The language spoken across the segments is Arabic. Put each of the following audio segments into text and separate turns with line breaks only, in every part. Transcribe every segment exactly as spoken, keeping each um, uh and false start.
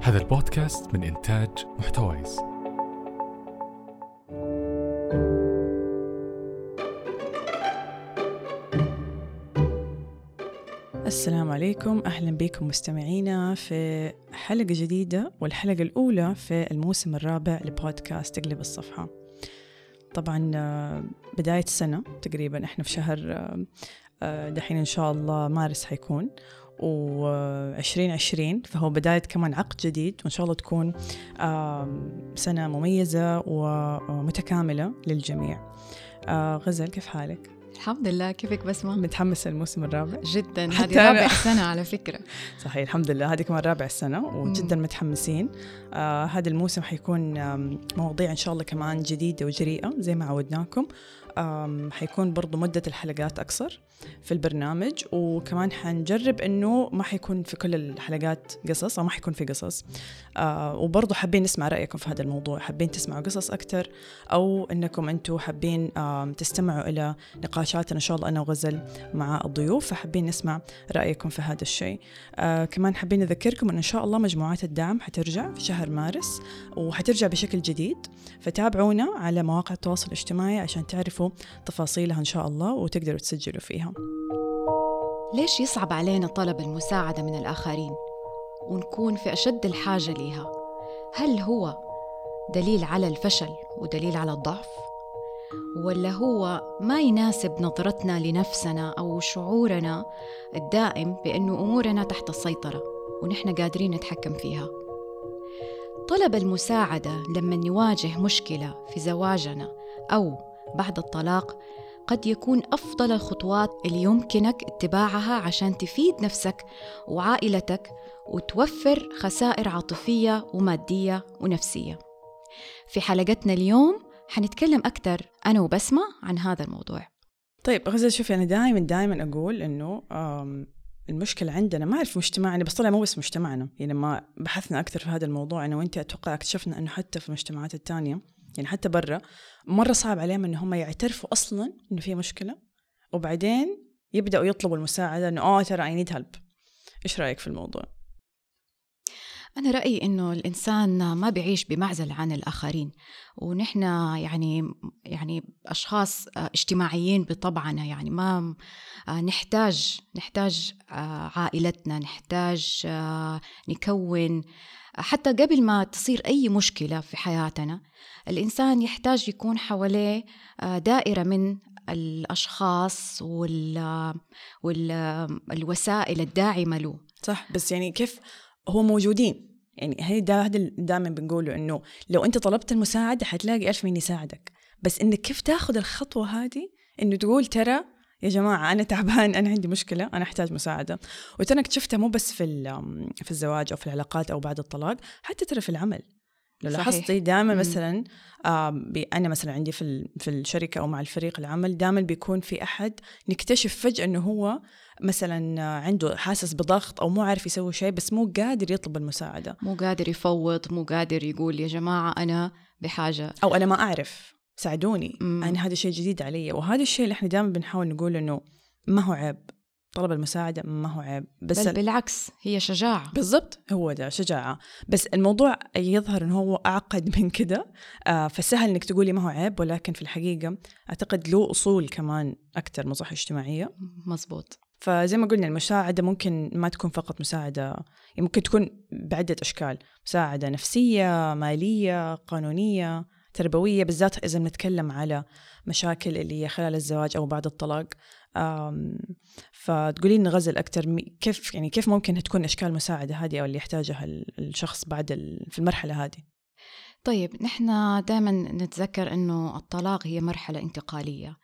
هذا البودكاست من إنتاج محتويس.
السلام عليكم، أهلا بكم مستمعينا في حلقة جديدة، والحلقة الأولى في الموسم الرابع لبودكاست تقلب الصفحة. طبعا بداية السنة تقريبا، إحنا في شهر دحين إن شاء الله مارس حيكون وعشرين عشرين، فهو بداية كمان عقد جديد، وإن شاء الله تكون سنة مميزة ومتكاملة للجميع. غزل، كيف حالك؟
الحمد لله. كيفك بسمة؟
متحمسة الموسم الرابع
جدا، هذه رابع سنة على فكرة.
صحيح، الحمد لله، هذه كمان رابع سنة وجدا متحمسين. آه هذا الموسم حيكون مواضيع إن شاء الله كمان جديدة وجريئة زي ما عودناكم. حيكون برضو مدة الحلقات أقصر في البرنامج، وكمان حنجرب أنه ما حيكون في كل الحلقات قصص، أو ما حيكون في قصص. آه وبرضو حابين نسمع رأيكم في هذا الموضوع، حابين تسمعوا قصص أكتر، أو أنكم أنتوا حابين آه تستمعوا إلى نقاشاتنا إن شاء الله أنا وغزل مع الضيوف، فحابين نسمع رأيكم في هذا الشيء. آه كمان حابين نذكركم أن إن شاء الله مجموعات الدعم حترجع في شهر مارس، وحترجع بشكل جديد، فتابعونا على مواقع التواصل الاجتماعي عشان تعرفوا تفاصيلها إن شاء الله وتقدروا تسجلوا فيها.
ليش يصعب علينا طلب المساعدة من الآخرين ونكون في أشد الحاجة ليها؟ هل هو دليل على الفشل ودليل على الضعف؟ ولا هو ما يناسب نظرتنا لنفسنا أو شعورنا الدائم بأنه أمورنا تحت السيطرة ونحن قادرين نتحكم فيها؟ طلب المساعدة لما نواجه مشكلة في زواجنا أو بعد الطلاق قد يكون أفضل الخطوات اللي يمكنك اتباعها عشان تفيد نفسك وعائلتك وتوفر خسائر عاطفية ومادية ونفسية. في حلقتنا اليوم حنتكلم أكتر أنا وبسمة عن هذا الموضوع.
طيب غزل، شوفي، أنا دائما دائما أقول إنه المشكلة عندنا ما أعرف مجتمعنا، بس طلع مو بس مجتمعنا، يعني لما بحثنا أكتر في هذا الموضوع أنا وإنتي أتوقع اكتشفنا إنه حتى في المجتمعات التانية، يعني حتى برا، مرة صعب عليهم إن هم يعترفوا أصلاً إنه في مشكلة، وبعدين يبدأوا يطلبوا المساعدة إنه آه ترى I need help. إيش رأيك في الموضوع؟
أنا رأيي إنه الإنسان ما بيعيش بمعزل عن الآخرين، ونحن يعني يعني أشخاص اجتماعيين بطبعنا، يعني ما نحتاج نحتاج عائلتنا، نحتاج نكون حتى قبل ما تصير أي مشكلة في حياتنا. الإنسان يحتاج يكون حواليه دائرة من الأشخاص وال والوسائل الداعمة له.
صح، بس يعني كيف هو موجودين؟ يعني هي دا دائما بنقوله إنه لو أنت طلبت المساعدة حتلاقي ألف مين يساعدك، بس إنك كيف تاخذ الخطوة هذه إنه تقول ترى يا جماعة أنا تعبان، أنا عندي مشكلة، أنا أحتاج مساعدة. وترى اكتشفتها مو بس في في الزواج أو في العلاقات أو بعد الطلاق، حتى ترى في العمل. لو لاحظتي دائما مثلا أنا مثلا عندي في في الشركة أو مع الفريق العمل دائما بيكون في أحد نكتشف فجأة إنه هو مثلا عنده حاسس بضغط أو مو عارف يسوي شيء، بس مو قادر يطلب المساعدة،
مو قادر يفوض، مو قادر يقول يا جماعة أنا بحاجة،
أو أنا ما أعرف ساعدوني، مم. أنا هذا شيء جديد علي. وهذا الشيء اللي إحنا دائما بنحاول نقول إنه ما هو عيب طلب المساعدة، ما هو عيب، بس
بل بالعكس هي شجاعة.
بالضبط، هو ده شجاعة، بس الموضوع يظهر إنه هو أعقد من كده. آه فسهل إنك تقولي ما هو عيب، ولكن في الحقيقة أعتقد له أصول كمان أكتر، مصح اجتماعية.
مزبوط.
فزي ما قلنا المساعدة ممكن ما تكون فقط مساعدة، يعني ممكن تكون بعدة أشكال، مساعدة نفسية، مالية، قانونية، تربوية، بالذات إذا بنتكلم على مشاكل اللي هي خلال الزواج أو بعد الطلاق. فتقولين نغزل أكتر كيف يعني كيف ممكن تكون أشكال مساعدة هذه أو اللي يحتاجها الشخص بعد في المرحلة هذه؟
طيب، نحن دائما نتذكر أنه الطلاق هي مرحلة انتقالية،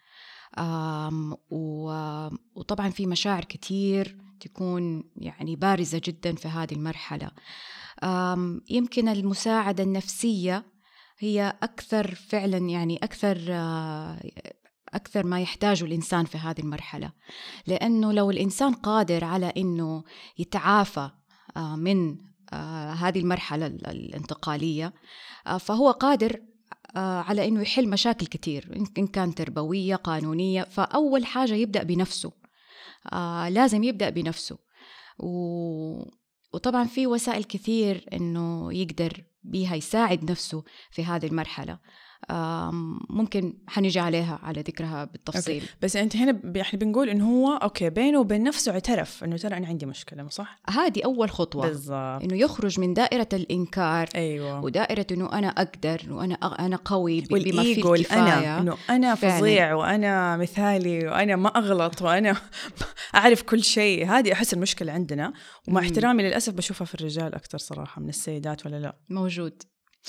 وطبعا في مشاعر كتير تكون يعني بارزة جدا في هذه المرحلة. يمكن المساعدة النفسية هي أكثر فعلا، يعني أكثر أكثر ما يحتاجه الإنسان في هذه المرحلة، لأنه لو الإنسان قادر على أنه يتعافى من هذه المرحلة الانتقالية، فهو قادر على أنه يحل مشاكل كتير، إن كان تربوية قانونية. فأول حاجة يبدأ بنفسه، لازم يبدأ بنفسه. و وطبعا في وسائل كثير إنه يقدر بيها يساعد نفسه في هذه المرحلة، ممكن حنيجي عليها على ذكرها بالتفصيل.
أوكي. بس أنت هنا احنا بنقول إنه هو أوكي بينه وبين نفسه اعترف إنه ترى أنا عندي مشكلة، صح؟
هذه أول خطوة
بالضبط.
إنه يخرج من دائرة الإنكار.
أيوة.
ودائرة إنه أنا أقدر وأنا أنا قوي بما فيه
والإيجو
الكفاية،
إنه أنا فظيع وأنا مثالي وأنا ما أغلط وأنا أعرف كل شيء. هذه أحس المشكلة عندنا، ومع احترامي للأسف بشوفها في الرجال أكتر صراحة من السيدات، ولا لا؟
موجود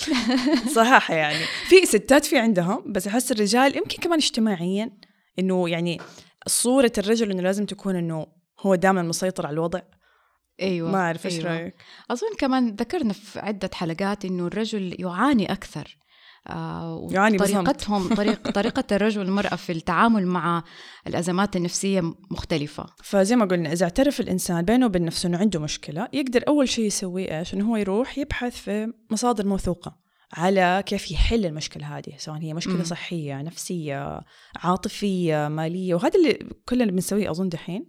صراحة يعني في ستات في عندهم، بس أحس الرجال يمكن كمان اجتماعيا إنه يعني صورة الرجل إنه لازم تكون إنه هو دائما مسيطر على الوضع.
أيوة.
ما أعرف إيش
أيوة.
رأيك؟
أظن كمان ذكرنا في عدة حلقات إنه الرجل يعاني أكثر، آه
يعني
طريقتهم طريق طريقة الرجل والمرأة في التعامل مع الأزمات النفسية مختلفة.
فزي ما قلنا إذا اعترف الإنسان بينه وبين نفسه إنه عنده مشكلة، يقدر أول شيء يسويه إيش؟ إنه هو يروح يبحث في مصادر موثوقة على كيف يحل المشكلة هذه، سواء هي مشكلة م. صحية، نفسية، عاطفية، مالية، وهذا اللي كلنا اللي بنسويه أظن دحين.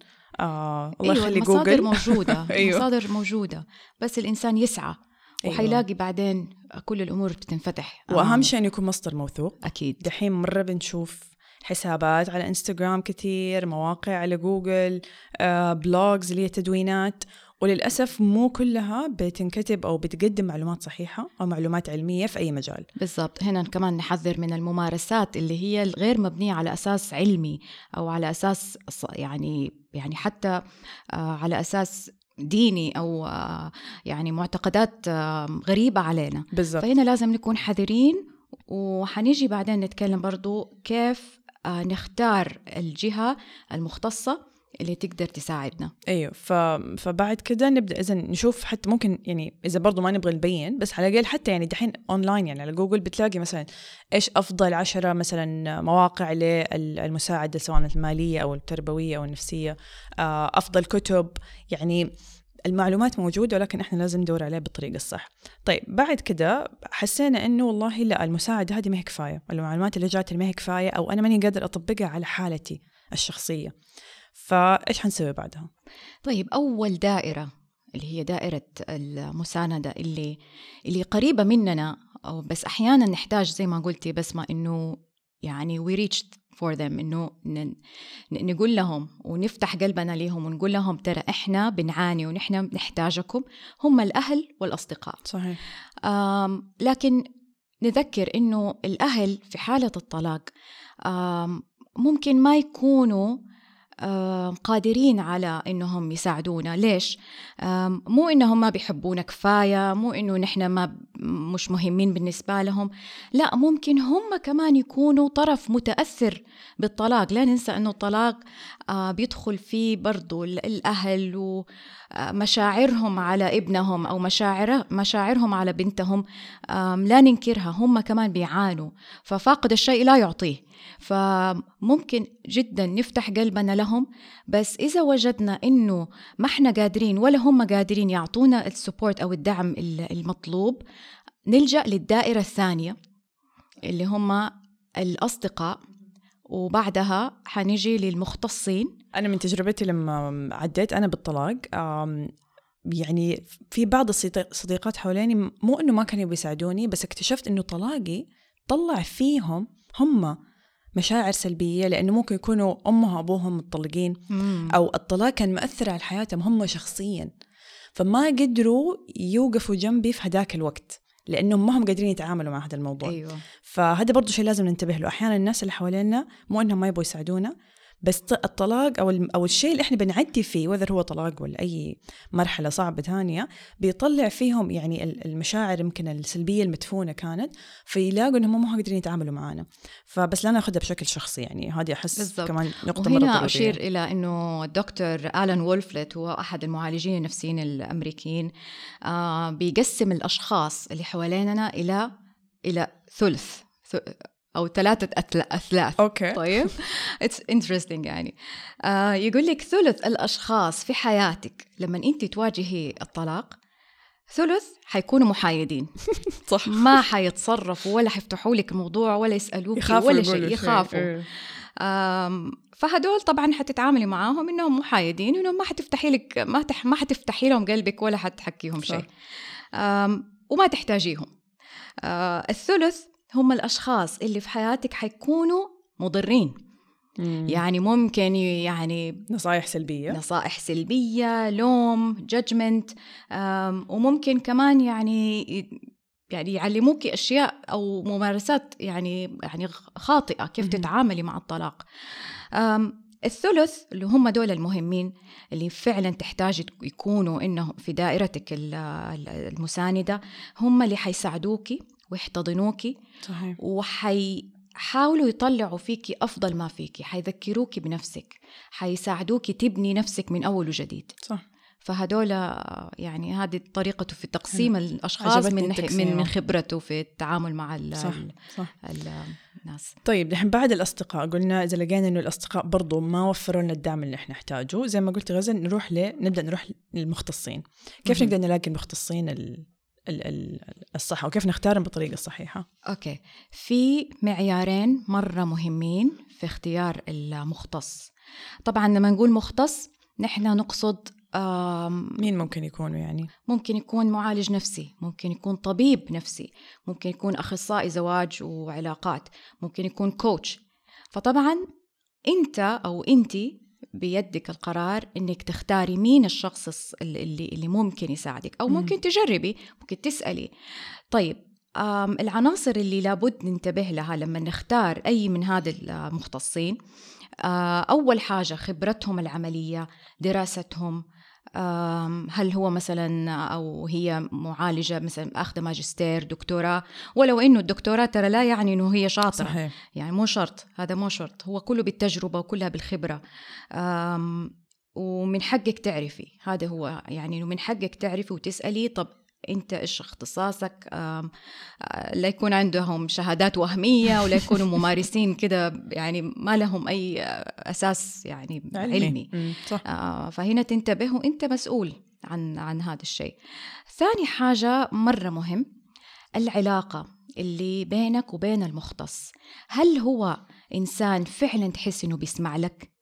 آه الله
أيوة
يخلي
المصادر
جوجل
موجودة.
أيوة.
المصادر موجودة، بس الإنسان يسعى وحيلاقي أيوة. بعدين كل الأمور بتنفتح.
وأهم آه. شيء أن يكون مصدر موثوق.
أكيد.
دحين مرة بنشوف حسابات على إنستغرام كتير، مواقع على جوجل، آه، بلوجز اللي هي تدوينات، وللأسف مو كلها بتنكتب أو بتقدم معلومات صحيحة أو معلومات علمية في أي مجال.
بالضبط. هنا كمان نحذر من الممارسات اللي هي الغير مبنية على أساس علمي أو على أساس يعني يعني حتى آه على أساس ديني أو آه يعني معتقدات آه غريبة علينا.
بالضبط.
فهنا لازم نكون حذرين، وحنيجي بعدين نتكلم برضو كيف آه نختار الجهة المختصة اللي تقدر تساعدنا.
أيوة. ف... فبعد كده نبدأ إذا نشوف، حتى ممكن يعني إذا برضو ما نبغى نبين، بس على الأقل حتى يعني دحين أونلاين يعني على جوجل بتلاقي مثلا إيش أفضل عشرة مثلا مواقع للمساعدة سواء المالية أو التربوية أو النفسية، أفضل كتب، يعني المعلومات موجودة، ولكن إحنا لازم ندور عليها بالطريقة الصح. طيب بعد كده حسينا إنه والله لا، المساعدة هذه ما هي كفاية، المعلومات اللي جات ما هي كفاية، أو أنا ماني قادر أطبقها على حالتي الشخصية، فإيش حنسوي بعدها؟
طيب أول دائرة اللي هي دائرة المساندة اللي اللي قريبة مننا، أو بس أحيانا نحتاج زي ما قلتي بسمة إنه يعني we reached for them، إنه نقول لهم ونفتح قلبنا لهم ونقول لهم ترى إحنا بنعاني ونحن نحتاجكم، هم الأهل والأصدقاء.
صحيح.
لكن نذكر إنه الأهل في حالة الطلاق ممكن ما يكونوا قادرين على إنهم يساعدونا. ليش؟ مو إنهم ما بيحبونا كفاية، مو إنه نحن ما مش مهمين بالنسبة لهم، لا، ممكن هم كمان يكونوا طرف متأثر بالطلاق. لا ننسى إنه الطلاق بيدخل فيه برضو الأهل ومشاعرهم على ابنهم أو مشاعر مشاعرهم على بنتهم، لا ننكرها، هم كمان بيعانوا، ففاقد الشيء لا يعطيه. فممكن جدا نفتح قلبنا لهم، بس إذا وجدنا إنه ما احنا قادرين ولا هم قادرين يعطونا السبورت أو الدعم المطلوب، نلجأ للدائرة الثانية اللي هم الأصدقاء، وبعدها حنيجي للمختصين.
أنا من تجربتي لما عديت أنا بالطلاق، يعني في بعض الصديقات حواليني مو إنه ما كانوا بيساعدوني، بس اكتشفت إنه طلاقي طلع فيهم هم مشاعر سلبية، لأنه ممكن يكونوا أمها وأبوهم متطلقين، أو الطلاق كان مؤثر على حياتهم هم شخصيا، فما قدروا يوقفوا جنبي في هداك الوقت لأنهم ما هم قادرين يتعاملوا مع هذا الموضوع.
أيوة.
فهذا برضو شيء لازم ننتبه له. أحيانا الناس اللي حوالينا مو أنهم ما يبغوا يساعدونا، بس الطلاق أو أو الشيء اللي إحنا بنعدي فيه، وإذا هو طلاق ولا أي مرحلة صعبة ثانية، بيطلع فيهم يعني المشاعر يمكن السلبية المدفونة كانت، فيلاقوا إنهم ما قادرين يتعاملوا معنا. فبس لا ناخذها بشكل شخصي، يعني هذه أحس بالزبط. كمان نقطة مرة ضرورية.
وهنا أشير إلى إنه الدكتور آلان وولفلت هو أحد المعالجين النفسيين الأمريكيين، آه بيقسم الأشخاص اللي حواليننا إلى إلى ثلث أو ثلاثة أثلاث.
أوكي.
طيب it's interesting يعني. آه يقول لك ثلث الأشخاص في حياتك لما أنت تواجهي الطلاق، ثلث حيكونوا محايدين.
صح.
ما حيتصرفوا ولا حيفتحوا لك موضوع ولا يسألوك ولا شيء، يخافوا. فهدول طبعا حتتعاملي معاهم إنهم محايدين، إنهم ما حتفتحي لك ما تح ما حتفتحي لهم قلبك ولا حتحكيهم شيء، وما تحتاجيهم. الثلث هم الأشخاص اللي في حياتك حيكونوا مضرين. مم. يعني ممكن يعني
نصائح سلبية
نصائح سلبية، لوم، جادجمنت، وممكن كمان يعني يعني يعلموك أشياء أو ممارسات يعني يعني خاطئة كيف مم. تتعاملي مع الطلاق. الثلث اللي هم دول المهمين اللي فعلا تحتاج يكونوا إنهم في دائرتك المساندة، هم اللي حيساعدوكي ويحتضنوكي. صحيح. وحي حاولوا يطلعوا فيكي أفضل ما فيكي، حيذكروكي بنفسك، حيساعدوكي تبني نفسك من أول وجديد. صح. فهدول يعني هذه طريقته في تقسيم حلو. الأشخاص من من من خبرته في التعامل مع ال صح. صح. الناس.
طيب نحن بعد الأصدقاء قلنا إذا لقينا إنه الأصدقاء برضو ما وفروا لنا الدعم اللي إحنا نحتاجه، زي ما قلت غزل نروح ل نبدأ نروح للمختصين. كيف م- نقدر نلاقي المختصين ال الصح وكيف نختارهم بالطريقة الصحيحة؟
أوكي، في معيارين مرة مهمين في اختيار المختص. طبعا لما نقول مختص نحن نقصد
مين ممكن يكون؟ يعني
ممكن يكون معالج نفسي، ممكن يكون طبيب نفسي، ممكن يكون أخصائي زواج وعلاقات، ممكن يكون كوتش. فطبعا أنت أو أنتي بيدك القرار إنك تختاري مين الشخص اللي اللي ممكن يساعدك، أو ممكن تجربي، ممكن تسألي. طيب العناصر اللي لابد ننتبه لها لما نختار أي من هذا المختصين، أول حاجة خبرتهم العملية، دراستهم، هل هو مثلا أو هي معالجة مثلا أخذ ماجستير دكتوراه، ولو إنه الدكتوراه ترى لا يعني إنه هي شاطرة. صحيح. يعني مو شرط، هذا مو شرط، هو كله بالتجربة وكلها بالخبرة. ومن حقك تعرفي، هذا هو يعني من حقك تعرفي وتسألي طب أنت إيش اختصاصك، لا يكون عندهم شهادات وهمية ولا يكونوا ممارسين كده يعني ما لهم أي أساس يعني علمي, علمي. آه فهنا تنتبه وأنت مسؤول عن عن هذا الشيء. ثاني حاجة مرة مهم، العلاقة اللي بينك وبين المختص. هل هو إنسان فعلا تحس إنه بيسمع لك؟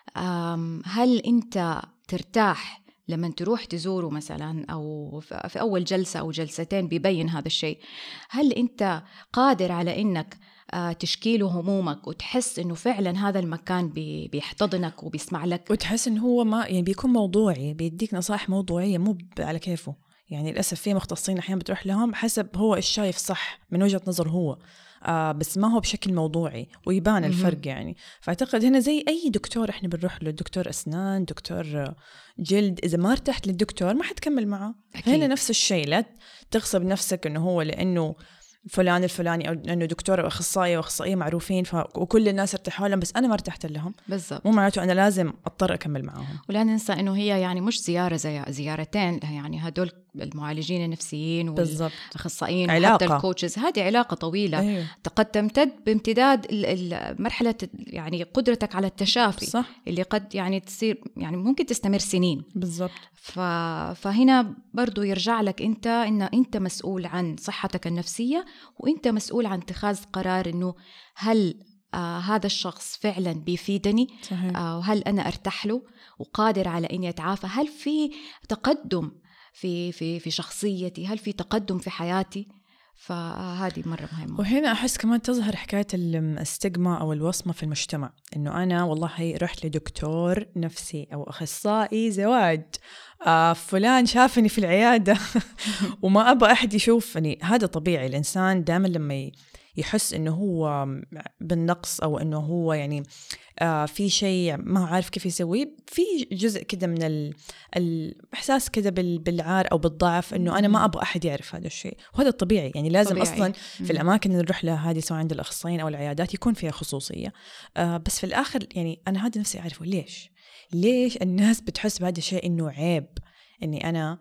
هل أنت ترتاح لما تروح تزوره مثلا أو في أول جلسة أو جلستين بيبين هذا الشيء؟ هل أنت قادر على إنك تشكيله همومك وتحس إنه فعلا هذا المكان بيحتضنك وبيسمع لك،
وتحس إنه هو ما يعني بيكون موضوعي، بيديك نصائح موضوعية مو على كيفه؟ يعني للأسف في مختصين أحيانا بتروح لهم حسب هو إيش شايف صح من وجهة نظر هو، آه بس ما هو بشكل موضوعي ويبان الفرق. يعني فأعتقد هنا زي أي دكتور إحنا بنروح له، دكتور أسنان، دكتور جلد، إذا ما ارتحت للدكتور ما حتكمل معه. أكيد. هنا نفس الشيء، لا تغصب نفسك إنه هو لأنه فلان الفلاني أو أنه دكتور أو أخصائي أو أخصائية معروفين ف... وكل الناس ارتاحوا لهم بس أنا ما ارتحت لهم، بالضبط، مو معناته أنا لازم أضطر أكمل معهم.
ولا ننسى أنه هي يعني مش زيارة زي زيارتين، يعني هدول المعالجين النفسيين والأخصائيين وحتى الكوتشز، هذه علاقة طويلة. أيوه. قد تمتد بامتداد مرحلة يعني قدرتك على التشافي. صح. اللي قد يعني تصير يعني ممكن تستمر سنين.
بالضبط.
ف... فهنا برضو يرجع لك أنت إن أنت مسؤول عن صحتك النفسية، وأنت مسؤول عن اتخاذ قرار إنه هل آه هذا الشخص فعلا بيفيدني، آه وهل أنا أرتاح له وقادر على إني أتعافى، هل في تقدم في في في شخصيتي، هل في تقدم في حياتي. فهذه مرة مهمة.
وهنا أحس كمان تظهر حكاية الاستجمة أو الوصمة في المجتمع، إنه أنا والله رحت لدكتور نفسي أو أخصائي زواج، آه فلان شافني في العيادة وما أبغى أحد يشوفني. هذا طبيعي، الإنسان دائما لما يحس إنه هو بالنقص أو إنه هو يعني آه في شيء ما عارف كيف يسويه، في جزء كده من الإحساس كده بالعار أو بالضعف، إنه أنا ما أبغى أحد يعرف هذا الشيء. وهذا طبيعي، يعني لازم طبيعي. أصلا في الأماكن اللي نروح لها هذه سواء عند الأخصائيين أو العيادات يكون فيها خصوصية. آه بس في الآخر يعني أنا هذا نفسي أعرفه ليش ليش الناس بتحس بهذا الشيء إنه عيب إني أنا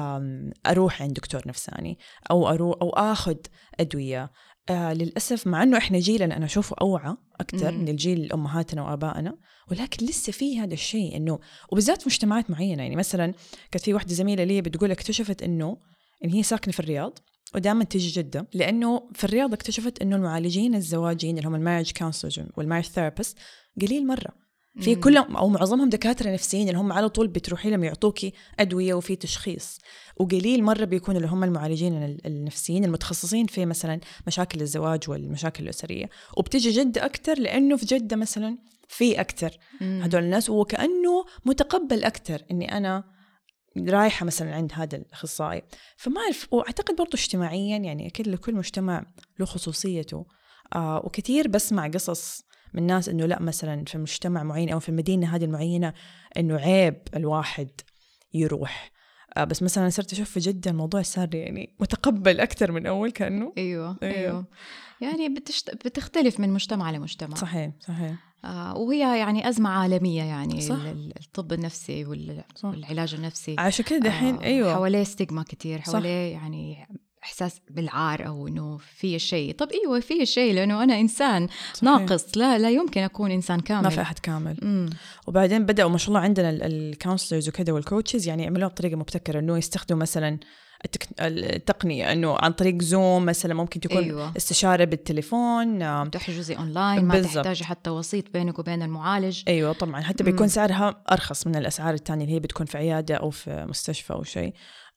أروح عند دكتور نفساني أو أروح أو أخذ أدوية. آه للأسف مع أنه إحنا جيلنا أنا أشوفه أوعى أكتر من الجيل أمهاتنا وآبائنا، ولكن لسه في هذا الشيء إنه وبالذات مجتمعات معينة. يعني مثلا كانت في واحدة زميلة لي بتقول اكتشفت إنه إن هي ساكنة في الرياض ودائما تيجي جدة، لأنه في الرياض اكتشفت إنه المعالجين الزواجين اللي هم المارج كونسلرز والمارج ثيرابيست قليل مرة، في كلهم أو معظمهم دكاترة نفسيين اللي هم على طول بتروحي لهم يعطوكي أدوية وفي تشخيص، وقليل مرة بيكونوا اللي هم المعالجين النفسيين المتخصصين في مثلا مشاكل الزواج والمشاكل الأسرية. وبتجي جدة أكتر لأنه في جدة مثلا في أكتر هدول الناس، وكأنه متقبل أكتر إني أنا رايحة مثلا عند هذا الأخصائي. فما أعرف، وأعتقد برضو اجتماعيا يعني أكيد لكل مجتمع له خصوصيته. آه وكثير بسمع قصص من ناس إنه لا مثلا في مجتمع معين أو في المدينة هذه المعينة إنه عيب الواحد يروح. آه بس مثلا صرت أشوف في جدة الموضوع صار يعني متقبل أكتر من أول كأنه.
أيوة أيوة, أيوة. يعني بتشت... بتختلف من مجتمع لمجتمع.
صحيح صحيح.
آه وهي يعني أزمة عالمية يعني. صح. الطب النفسي وال... والعلاج النفسي
عشان كده دحين آه أيوة
حواليه ستيغما كتير، حواليه يعني إحساس بالعار أو إنه في شيء. طب أيوة في شيء، لأنه أنا إنسان صحيح. ناقص، لا لا يمكن أكون إنسان كامل،
ما في أحد كامل. مم. وبعدين بدأوا ما شاء الله عندنا الكونسلرز وكذا والكوتشز يعني يعملوها بطريقة مبتكرة، إنه يستخدموا مثلا التك... التقنية إنه عن طريق زوم مثلا، ممكن تكون أيوة. استشارة بالتليفون،
تحجزي أونلاين، ما تحتاجي حتى وسيط بينك وبين المعالج.
أيوة طبعا، حتى بيكون سعرها أرخص من الأسعار التانية اللي هي بتكون في عيادة أو في مستشفى أو شيء.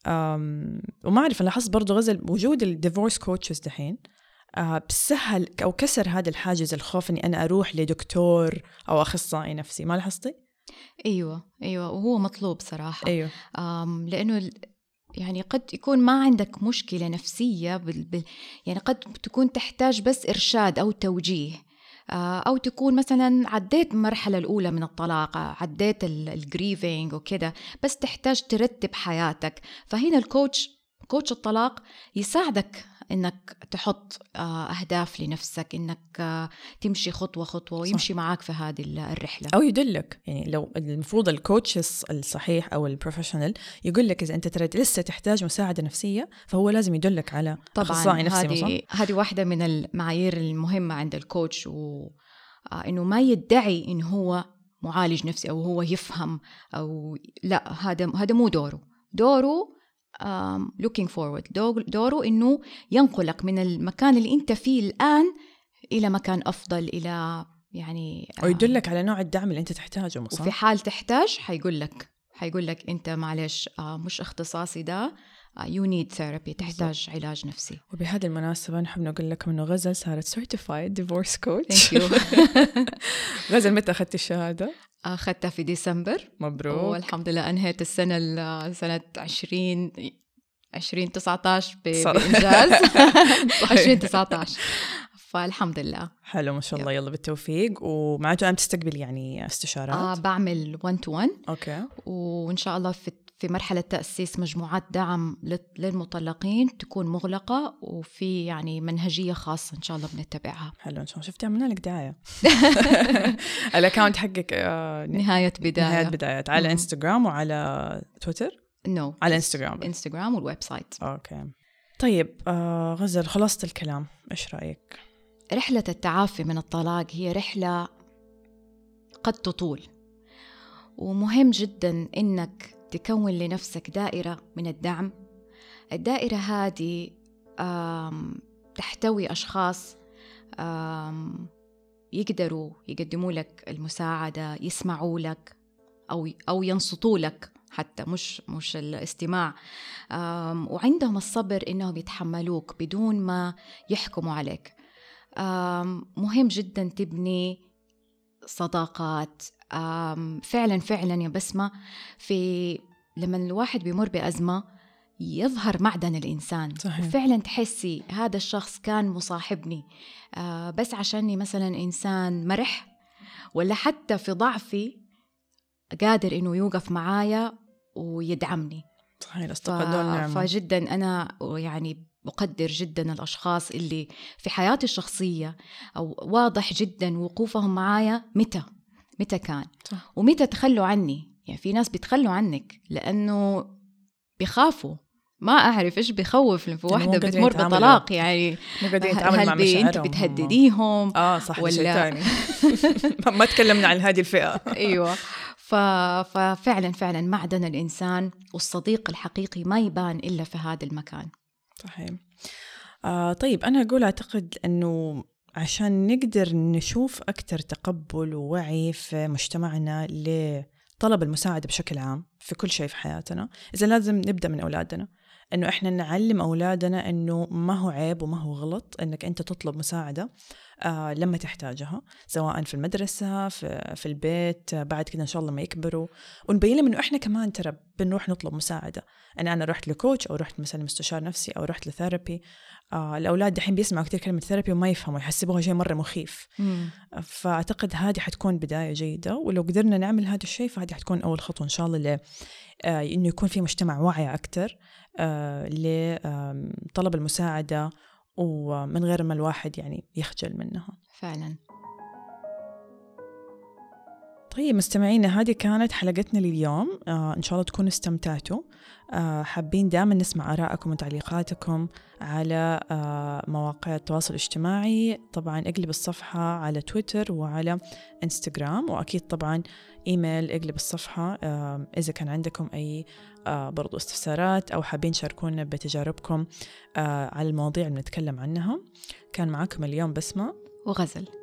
وما أعرف، أنا لاحظت برضو غزل وجود الديفورس كوتشز دحين أه بسهل أو كسر هذا الحاجز، الخوف إني أنا أروح لدكتور أو أخصائي نفسي. ما لاحظتي؟
أيوة أيوة، وهو مطلوب صراحة.
أيوة.
لأنه يعني قد يكون ما عندك مشكلة نفسية بال... بال... يعني قد تكون تحتاج بس إرشاد أو توجيه، أو تكون مثلا عديت المرحلة الأولى من الطلاق، عديت الجريفينج وكده، بس تحتاج ترتب حياتك. فهنا الكوتش كوتش الطلاق يساعدك إنك تحط أهداف لنفسك، إنك تمشي خطوة خطوة ويمشي صح. معاك في هذه الرحلة،
أو يدلك. يعني لو المفروض الكوتش الصحيح أو البروفيشنال يقول لك إذا أنت ترى لسه تحتاج مساعدة نفسية، فهو لازم يدلك على أخصائي نفسي.
هذه هذه واحدة من المعايير المهمة عند الكوتش، وإنه ما يدعي إنه هو معالج نفسي أو هو يفهم أو لا، هذا هذا مو دوره. دوره Um, looking forward، دوره إنه ينقلك من المكان اللي أنت فيه الآن إلى مكان أفضل، إلى يعني
ويدلك على نوع الدعم اللي أنت تحتاجه. مصر.
وفي حال تحتاج حيقول لك حيقول لك أنت معلش آه مش اختصاصي ده، آه you need therapy، تحتاج بالضبط. علاج نفسي.
وبهذه المناسبة نحب نقول لكم إنه غزل صارت certified divorce coach.
Thank you.
غزل متى أخذت الشهادة؟
أخذتها في ديسمبر.
مبروك.
والحمد لله أنهيت السنة سنة عشرين عشرين تسعتاشر بإنجاز. عشرين تسعتاشر، فالحمد لله.
حلو ما شاء الله. يلا بالتوفيق. ومعناته أنا تستقبل يعني استشارات؟
آه بعمل one to one.
أوكي.
وإن شاء الله في في مرحلة تأسيس مجموعات دعم للمطلقين تكون مغلقة، وفي يعني منهجية خاصة إن شاء الله بنتبعها.
حلو إن شاء الله. شفتي عملنا لك دعاية. الأكاونت حقك آه
نهاية بداية.
نهاية بداية على مم. إنستغرام وعلى تويتر؟
نو no.
على إنستغرام.
إنستغرام والويب سايت.
أوكي طيب. آه غزل خلصت الكلام، إيش رأيك؟
رحلة التعافي من الطلاق هي رحلة قد تطول، ومهم جدا إنك تكون لنفسك دائرة من الدعم. الدائرة هذه تحتوي أشخاص يقدروا يقدموا لك المساعدة، يسمعوا لك أو أو ينصتوا لك، حتى مش مش الاستماع، وعندهم الصبر إنهم يتحملوك بدون ما يحكموا عليك. مهم جدا تبني صداقات. فعلا فعلا يا بسمة، في لما الواحد بيمر بأزمة يظهر معدن الإنسان.
صحيح.
فعلا تحسي هذا الشخص كان مصاحبني بس عشاني مثلا إنسان مرح، ولا حتى في ضعفي قادر إنه يوقف معايا ويدعمني.
صحيح. الاستقلال
ف... فجدا أنا يعني بقدر جدا الأشخاص اللي في حياتي الشخصية أو واضح جدا وقوفهم معايا متى متى كان صح. ومتى تخلوا عني. يعني في ناس بيتخلوا عنك لأنه بيخافوا، ما أعرف إيش بيخوف في واحدة بتمر بطلاق. يعني هل بنت بتهدديهم؟
آه صح، ولا شيء تاني. ما تكلمنا عن هذه الفئة.
أيوة. ف... ففعلا فعلا معدن الإنسان والصديق الحقيقي ما يبان إلا في هذا المكان.
صحيح. آه طيب أنا أقول أعتقد أنه عشان نقدر نشوف أكتر تقبل ووعي في مجتمعنا لطلب المساعدة بشكل عام في كل شيء في حياتنا، إذا لازم نبدأ من أولادنا، أنه إحنا نعلم أولادنا أنه ما هو عيب وما هو غلط أنك أنت تطلب مساعدة آه لما تحتاجها، سواء في المدرسة في, في البيت، آه بعد كده إن شاء الله ما يكبروا، ونبين لهم أنه إحنا كمان ترى بنروح نطلب مساعدة. أنا أنا رحت لكوتش أو رحت مثلا مستشار نفسي أو رحت لثيرابي. آه الأولاد دحين بيسمعوا كتير كلمة ثيرابي وما يفهموا، يحسبوها شيء مرة مخيف. مم. فأعتقد هذه حتكون بداية جيدة، ولو قدرنا نعمل هذا الشيء فهذه حتكون أول خطوة إن شاء الله ل آه إنه يكون في مجتمع واعي أكتر آه لطلب المساعدة، ومن غير ما الواحد يعني يخجل منها
فعلا.
طيب مستمعينا، هذه كانت حلقتنا لليوم. آه إن شاء الله تكونوا استمتعتوا. آه حابين دائما نسمع آراءكم وتعليقاتكم على آه مواقع التواصل الاجتماعي. طبعا اقلب الصفحة على تويتر وعلى انستغرام، وأكيد طبعا إيميل اقلب الصفحة آه إذا كان عندكم أي آه برضو استفسارات أو حابين شاركونا بتجاربكم آه على المواضيع اللي نتكلم عنها. كان معكم اليوم بسمة
وغزل.